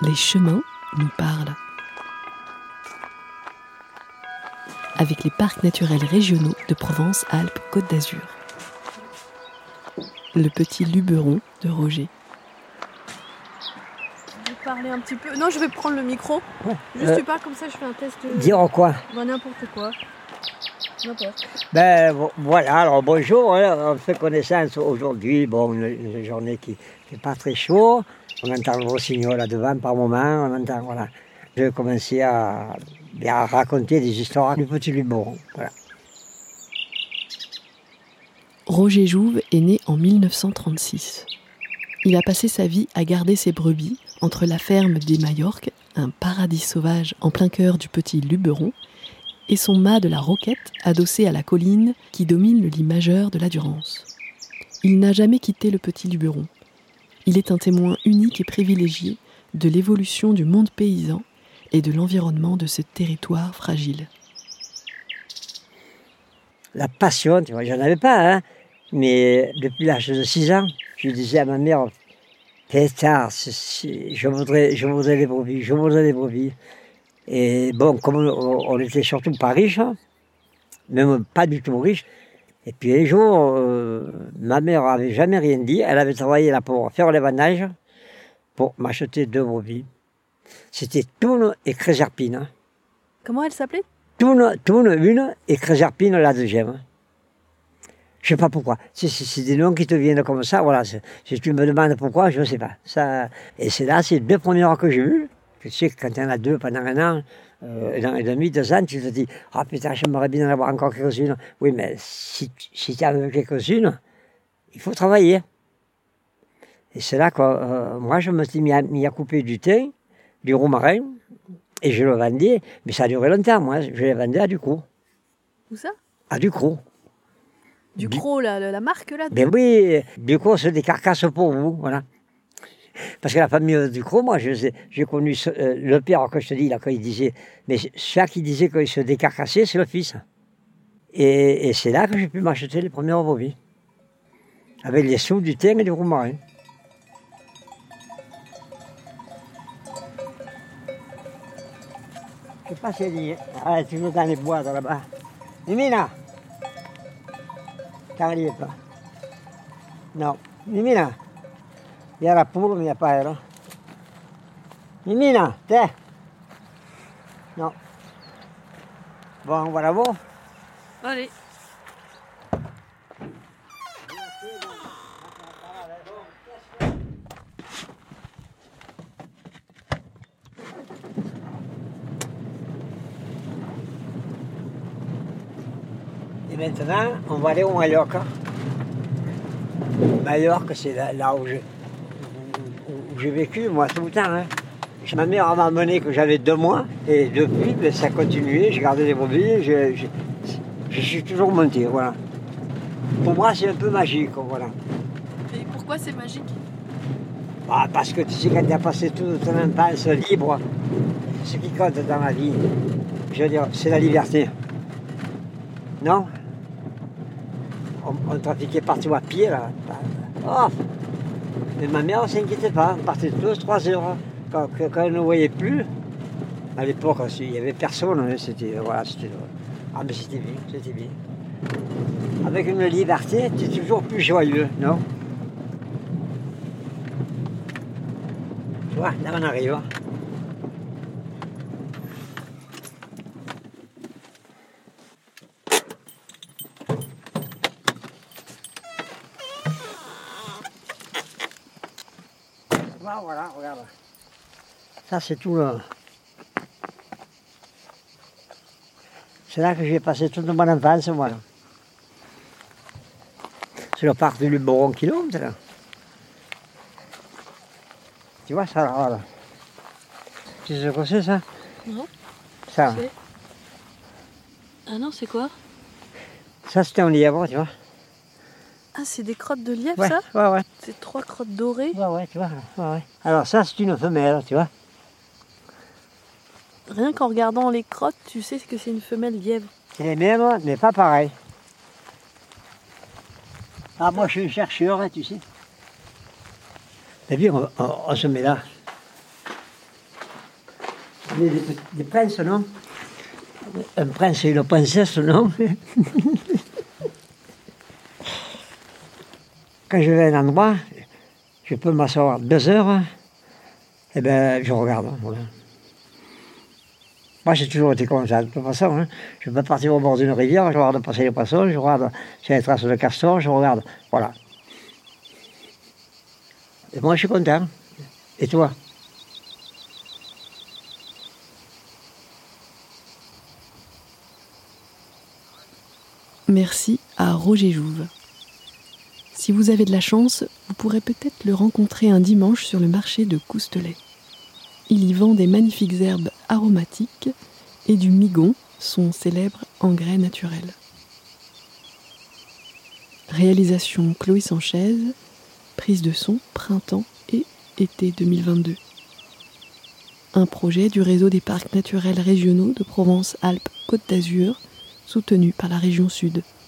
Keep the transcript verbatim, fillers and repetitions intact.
Les chemins nous parlent. Avec les parcs naturels régionaux de Provence-Alpes-Côte d'Azur. Le petit Luberon de Roger. Je vais parler un petit peu. Non, je vais prendre le micro. Ouais. Juste Euh, tu parles comme ça, je fais un test. De... Dire quoi? Bah, n'importe quoi. N'importe. Ben vo- voilà, alors bonjour, hein, on fait connaissance aujourd'hui. Bon, une, une journée qui n'est pas très chaud. On entend le rossignol là-devant par moment, on entend, voilà. Je vais commencer à, à raconter des histoires du petit Luberon. Voilà. Roger Jouve est né en mille neuf cent trente-six. Il a passé sa vie à garder ses brebis entre la ferme des Majorques, un paradis sauvage en plein cœur du petit Luberon, et son mât de la Roquette adossé à la colline qui domine le lit majeur de la Durance. Il n'a jamais quitté le petit Luberon. Il est un témoin unique et privilégié de l'évolution du monde paysan et de l'environnement de ce territoire fragile. La passion, tu vois, j'en avais pas, hein, mais depuis l'âge de six ans, je disais à ma mère, Pétard, je voudrais, je voudrais des brebis, je voudrais des brebis. Et bon, comme on, on était surtout pas riches, hein, même pas du tout riches, et puis un jour, euh, ma mère avait jamais rien dit, elle avait travaillé là pour faire les vendages, pour m'acheter deux brebis. C'était Toune et Créserpine. Hein. Comment elle s'appelait? Toune, Toune une et Créserpine la deuxième. Je sais pas pourquoi. C'est, c'est, c'est des noms qui te viennent comme ça. Voilà. C'est, si tu me demandes pourquoi, je ne sais pas. Ça, et c'est là, c'est les deux premières que j'ai eues. Tu sais que quand il y en a deux pendant un an, euh, un an et demi, deux ans, tu te dis « Ah oh, putain, j'aimerais bien en avoir encore quelques-unes. » Oui, mais si, si tu en veux quelques-unes, il faut travailler. Et c'est là que euh, moi, je me suis mis à, mis à couper du thym, du romarin, et je le vendais. Mais ça a duré longtemps, moi. Je les vendais à Ducrot. Où ça? À Ducrot. Ducrot, la, la marque là? Ben oui, Ducrot, c'est des carcasses pour vous, voilà. Parce que la famille Ducrot, moi, je, j'ai connu ce, euh, le père, que je te dis, là, quand il disait, mais celui qui disait qu'il se décarcassait, c'est le fils. Et, et c'est là que j'ai pu m'acheter les premières brebis. Avec les sous du thym et du romarin. Je sais pas si elle y est. Ah, tu veux dans les bois, là-bas. Mimina! Car il n'y est pas. Non. Mimina! Il y a la poule, mais il n'y a pas elle. Mimina, tiens! Non. Bon, voilà bon. Allez. Et maintenant, on va aller au Mallorca. Mallorca, c'est là, là où, je, où, où j'ai vécu, moi, tout le temps. Hein. Ma mère m'a emmené quand j'avais deux mois, et depuis, ben, ça a continué. J'ai gardé les brebis, je, je, je suis toujours monté, voilà. Pour moi, c'est un peu magique, voilà. Et pourquoi c'est magique? Bah, parce que tu sais, quand tu as passé toute ton enfance libre, ce qui compte dans la vie, je veux dire, c'est la liberté. Non? On, on trafiquait partout à pied, là. Oh. Mais ma mère ne s'inquiétait pas, on partait deux, trois heures. Quand, quand on ne voyait plus, à l'époque, il n'y avait personne, c'était, voilà, c'était, ah, mais c'était bien, c'était bien. Avec une liberté, tu es toujours plus joyeux, non? Tu vois, là on arrive. Voilà, regarde. Ça, c'est tout le... C'est là que j'ai passé toute mon enfance, moi. C'est le parc du Luberon qui monte, là. Tu vois ça, là, là. Tu sais ce que c'est, ça? Non. Ça. C'est... Ah non, c'est quoi? Ça, c'était un lièvre, tu vois. Ah, c'est des crottes de lièvre, Ouais, ça? ouais, ouais. C'est trois crottes dorées. Ouais, ouais, tu vois. Ouais, ouais. Alors ça, c'est une femelle, tu vois. Rien qu'en regardant les crottes, tu sais que c'est une femelle lièvre. C'est les mêmes, mais pas pareil. Ah, moi, je suis chercheur, hein, tu sais. T'as vu, on, on, on se met là. Des, des, des princes, non? Un prince et une princesse, non? Quand je vais à un endroit, je peux m'asseoir deux heures, et ben je regarde. Voilà. Moi, j'ai toujours été comme ça, de toute façon. Hein. Je peux partir au bord d'une rivière, je regarde passer les poissons, je regarde s'il y a des traces de castor, je regarde. Voilà. Et moi, je suis content. Et toi? Merci à Roger Jouve. Si vous avez de la chance, vous pourrez peut-être le rencontrer un dimanche sur le marché de Coustelet. Il y vend des magnifiques herbes aromatiques et du migon, son célèbre engrais naturel. Réalisation Chloé Sanchez, prise de son printemps et été deux mille vingt-deux. Un projet du réseau des parcs naturels régionaux de Provence-Alpes-Côte d'Azur, soutenu par la région Sud.